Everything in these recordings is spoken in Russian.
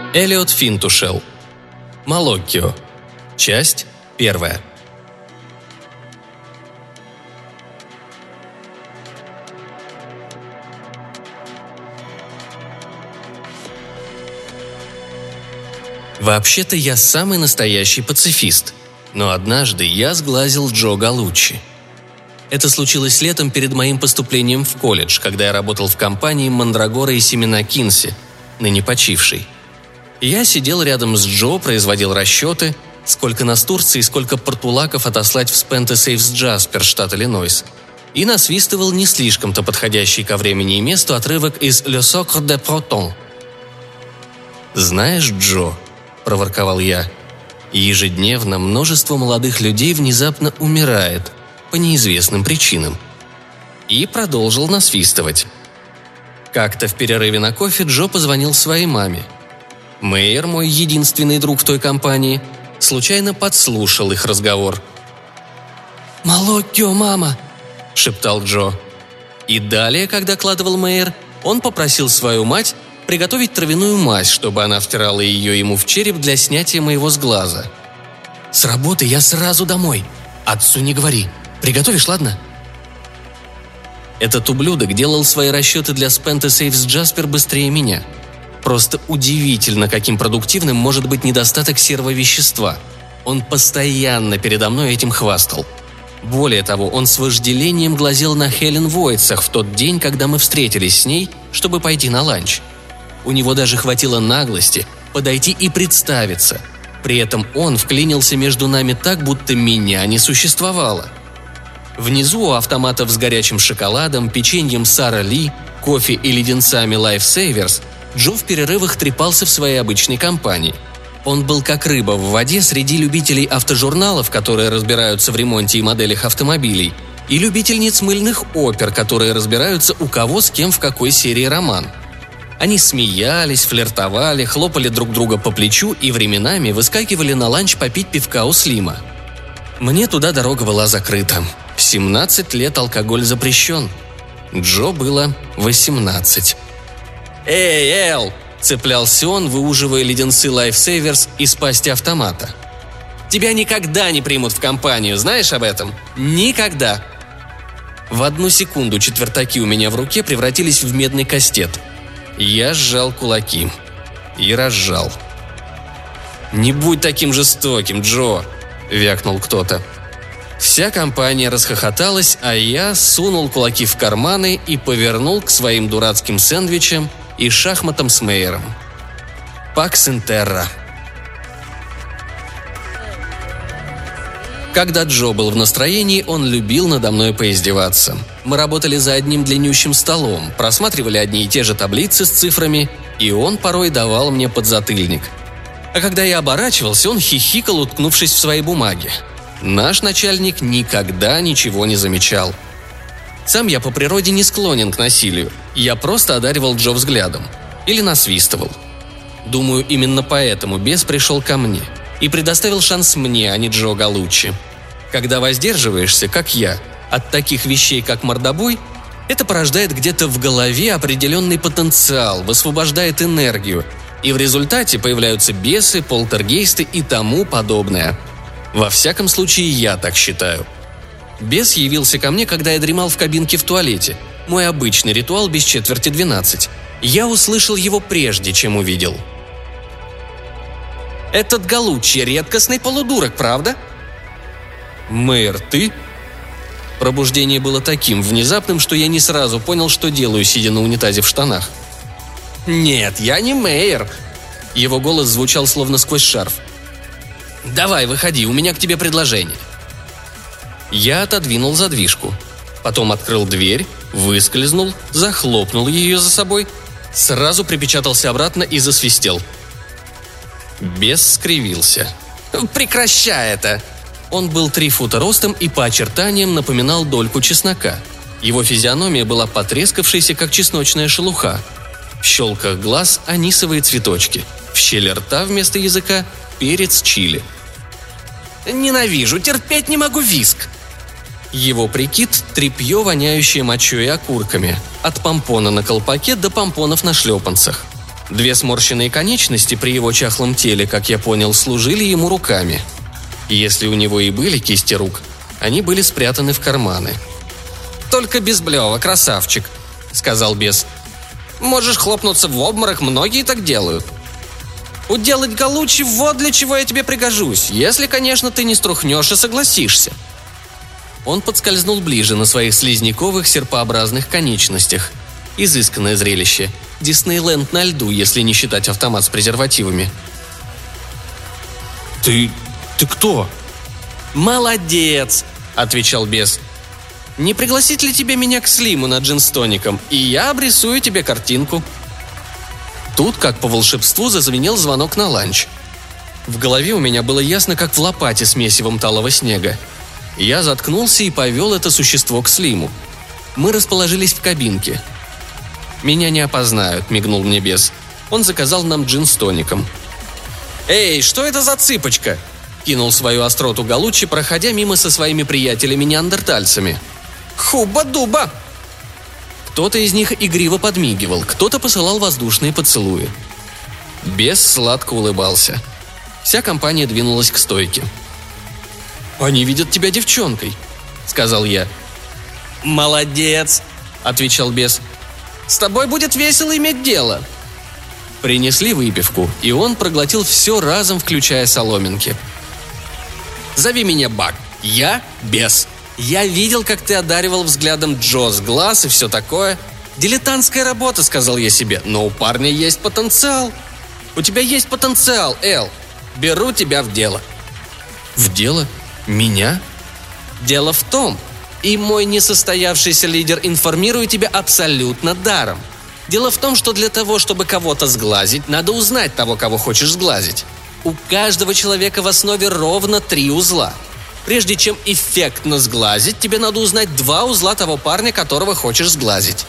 Эллиот Финтушел. Малоккио. Часть 1. Вообще-то я самый настоящий пацифист, но однажды я сглазил Джо Галуччи. Это случилось летом перед моим поступлением в колледж, когда я работал в компании «Мандрагора и семена Кинси», ныне почившей. Я сидел рядом с Джо, производил расчеты, сколько нас Турции, сколько портулаков отослать в Спенте Сейвс Джаспер, штат Иллинойс, и насвистывал не слишком-то подходящий ко времени и месту отрывок из «Le Socre de Proton». «Знаешь, Джо», – проворковал я, – «ежедневно множество молодых людей внезапно умирает по неизвестным причинам». И продолжил насвистывать. Как-то в перерыве на кофе Джо позвонил своей маме. Мэйер, мой единственный друг в той компании, случайно подслушал их разговор. «Малоккио, мама!» – шептал Джо. И далее, когда докладывал Мэйер, он попросил свою мать приготовить травяную мазь, чтобы она втирала ее ему в череп для снятия моего сглаза. «С работы я сразу домой. Отцу не говори. Приготовишь, ладно?» Этот ублюдок делал свои расчеты для Спенте Сейвс Джаспер быстрее меня. Просто удивительно, каким продуктивным может быть недостаток серого вещества. Он постоянно передо мной этим хвастал. Более того, он с вожделением глазел на Хелен Войцах в тот день, когда мы встретились с ней, чтобы пойти на ланч. У него даже хватило наглости подойти и представиться. При этом он вклинился между нами так, будто меня не существовало. Внизу у автоматов с горячим шоколадом, печеньем Сара Ли, кофе и леденцами Life Savers Джо в перерывах трепался в своей обычной компании. Он был как рыба в воде среди любителей автожурналов, которые разбираются в ремонте и моделях автомобилей, и любительниц мыльных опер, которые разбираются, у кого с кем в какой серии роман. Они смеялись, флиртовали, хлопали друг друга по плечу и временами выскакивали на ланч попить пивка у Слима. Мне туда дорога была закрыта. В 17 лет алкоголь запрещен. Джо было 18. «Эй, Эл!» – цеплялся он, выуживая леденцы Life Savers из пасти автомата. «Тебя никогда не примут в компанию, знаешь об этом? Никогда!» В одну секунду четвертаки у меня в руке превратились в медный кастет. Я сжал кулаки. И разжал. «Не будь таким жестоким, Джо!» – вякнул кто-то. Вся компания расхохоталась, а я сунул кулаки в карманы и повернул к своим дурацким сэндвичам и шахматам с Мэйером. Пакс ин терра. Когда Джо был в настроении, он любил надо мной поиздеваться. Мы работали за одним длиннющим столом, просматривали одни и те же таблицы с цифрами, и он порой давал мне подзатыльник. А когда я оборачивался, он хихикал, уткнувшись в свои бумаги. Наш начальник никогда ничего не замечал. Сам я по природе не склонен к насилию, я просто одаривал Джо взглядом. Или насвистывал. Думаю, именно поэтому бес пришел ко мне и предоставил шанс мне, а не Джо Галуччи. Когда воздерживаешься, как я, от таких вещей, как мордобой, это порождает где-то в голове определенный потенциал, высвобождает энергию, и в результате появляются бесы, полтергейсты и тому подобное. Во всяком случае, я так считаю. Бес явился ко мне, когда я дремал в кабинке в туалете. Мой обычный ритуал без 11:45. Я услышал его прежде, чем увидел. «Этот Галуччи редкостный полудурок, правда?» «Мэйер, ты?» Пробуждение было таким внезапным, что я не сразу понял, что делаю, сидя на унитазе в штанах. «Нет, я не Мэйер». Его голос звучал словно сквозь шарф. «Давай, выходи, у меня к тебе предложение». Я отодвинул задвижку. Потом открыл дверь, выскользнул, захлопнул ее за собой, сразу припечатался обратно и засвистел. Бес скривился. «Прекращай это!» Он был 3 фута ростом и по очертаниям напоминал дольку чеснока. Его физиономия была потрескавшейся, как чесночная шелуха. В щелках глаз анисовые цветочки. В щели рта вместо языка перец чили. «Ненавижу, терпеть не могу виск!» Его прикид – тряпье, воняющее мочой и окурками. От помпона на колпаке до помпонов на шлепанцах. 2 сморщенные конечности при его чахлом теле, как я понял, служили ему руками. И если у него и были кисти рук, они были спрятаны в карманы. «Только без блева, красавчик», — сказал бес. «Можешь хлопнуться в обморок, многие так делают. Уделать Галуччи — вот для чего я тебе пригожусь, если, конечно, ты не струхнешь и согласишься». Он подскользнул ближе на своих слизняковых серпообразных конечностях. Изысканное зрелище. Диснейленд на льду, если не считать автомат с презервативами. «Ты кто?» «Молодец!» – отвечал бес. «Не пригласить ли тебе меня к Слиму на джин с тоником, и я обрисую тебе картинку?» Тут, как по волшебству, зазвенел звонок на ланч. В голове у меня было ясно, как в лопате с месивом талого снега. Я заткнулся и повел это существо к Слиму. Мы расположились в кабинке. «Меня не опознают», – мигнул мне бес. Он заказал нам джин с тоником. «Эй, что это за цыпочка?» – кинул свою остроту Галуччи, проходя мимо со своими приятелями-неандертальцами. «Хуба-дуба!» Кто-то из них игриво подмигивал, кто-то посылал воздушные поцелуи. Бес сладко улыбался. Вся компания двинулась к стойке. «Они видят тебя девчонкой», – сказал я. «Молодец», – отвечал бес. «С тобой будет весело иметь дело». Принесли выпивку, и он проглотил все разом, включая соломинки. «Зови меня Бак. Я бес. Я видел, как ты одаривал взглядом Джо с глаз и все такое. Дилетантская работа», — сказал я себе, — «но у парня есть потенциал. У тебя есть потенциал, Эл. Беру тебя в дело». «В дело? Меня?» «Дело в том, и мой несостоявшийся лидер информирую тебя абсолютно даром. Дело в том, что для того, чтобы кого-то сглазить, надо узнать того, кого хочешь сглазить. У каждого человека в основе ровно 3 узла. Прежде чем эффектно сглазить, тебе надо узнать 2 узла того парня, которого хочешь сглазить».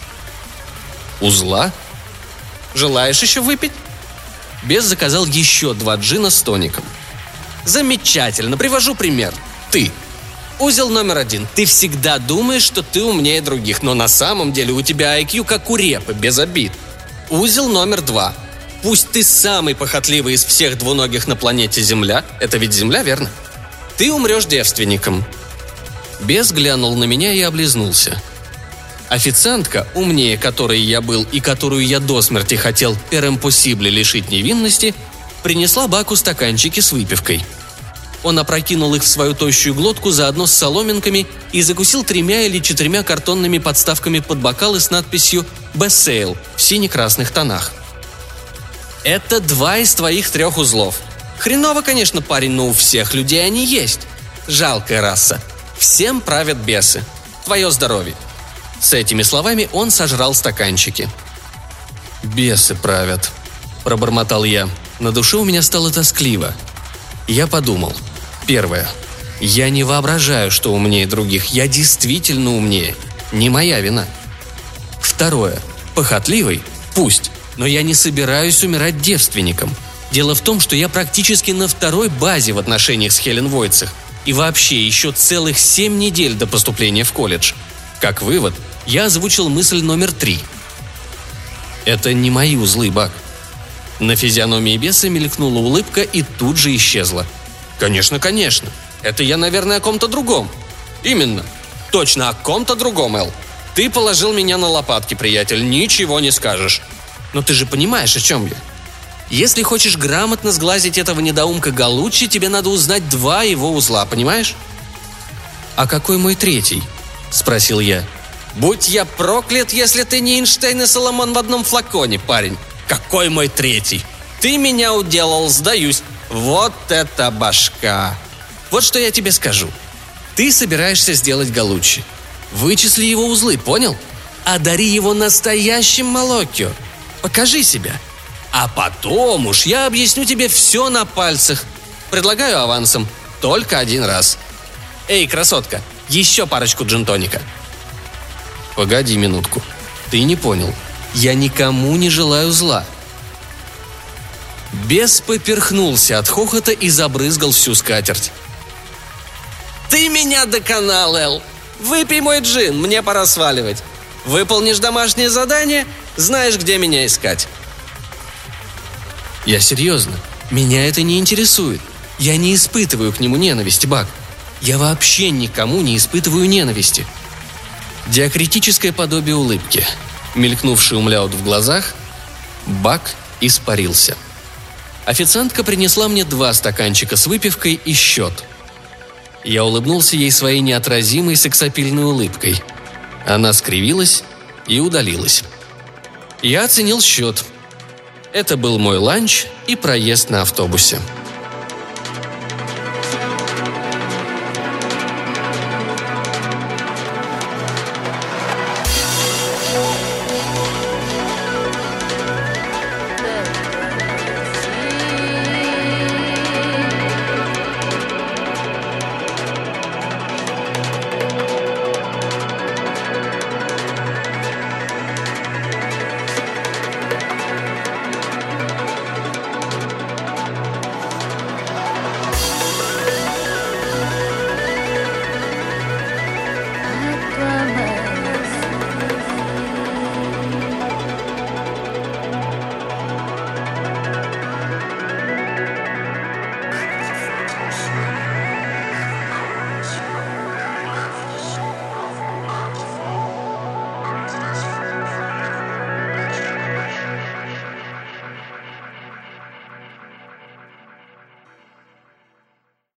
«Узла? Желаешь еще выпить?» Бес заказал еще 2 джина с тоником. «Замечательно, привожу пример. Ты. Узел номер 1. Ты всегда думаешь, что ты умнее других, но на самом деле у тебя IQ как у репы, без обид. Узел номер 2. Пусть ты самый похотливый из всех двуногих на планете Земля, это ведь Земля, верно? Ты умрешь девственником». Бес глянул на меня и облизнулся. Официантка, умнее которой я был и которую я до смерти хотел per impossible лишить невинности, принесла Баку стаканчики с выпивкой. Он опрокинул их в свою тощую глотку заодно с соломинками и закусил 3 или 4 картонными подставками под бокалы с надписью «Best Sale» в сине-красных тонах. «Это 2 из твоих 3 узлов. Хреново, конечно, парень, но у всех людей они есть. Жалкая раса. Всем правят бесы. Твое здоровье». С этими словами он сожрал стаканчики. «Бесы правят», – пробормотал я. На душе у меня стало тоскливо. Я подумал. Первое. Я не воображаю, что умнее других. Я действительно умнее. Не моя вина. Второе. Похотливый? Пусть. Но я не собираюсь умирать девственником. Дело в том, что я практически на 2-й базе в отношениях с Хелен Войцех. И вообще еще целых 7 недель до поступления в колледж. Как вывод, я озвучил мысль номер 3. Это не мои узлы, Бак. На физиономии беса мелькнула улыбка и тут же исчезла. «Конечно, конечно. Это я, наверное, о ком-то другом». «Именно. Точно о ком-то другом, Эл. Ты положил меня на лопатки, приятель, ничего не скажешь. Но ты же понимаешь, о чем я. Если хочешь грамотно сглазить этого недоумка Галуччи, тебе надо узнать 2 его узла, понимаешь?» «А какой мой 3-й?» – спросил я. «Будь я проклят, если ты не Эйнштейн и Соломон в одном флаконе, парень. Какой мой 3-й? Ты меня уделал, сдаюсь. Вот это башка! Вот что я тебе скажу. Ты собираешься сделать Галуччи. Вычисли его узлы, понял? Одари его настоящим Молоккио. Покажи себя. А потом уж я объясню тебе все на пальцах. Предлагаю авансом. Только 1 раз. Эй, красотка, еще парочку джин-тоника». «Погоди минутку. Ты не понял. Я никому не желаю зла». Бес поперхнулся от хохота и забрызгал всю скатерть. «Ты меня доконал, Эл! Выпей мой джин, мне пора сваливать. Выполнишь домашнее задание, знаешь, где меня искать». Я серьезно. Меня это не интересует. Я не испытываю к нему ненависти, Бак. Я вообще никому не испытываю ненависти. Диакритическое подобие улыбки, мелькнувший умляут в глазах, Бак испарился. Официантка принесла мне 2 стаканчика с выпивкой и счет. Я улыбнулся ей своей неотразимой сексапильной улыбкой. Она скривилась и удалилась. Я оценил счет. Это был мой ланч и проезд на автобусе.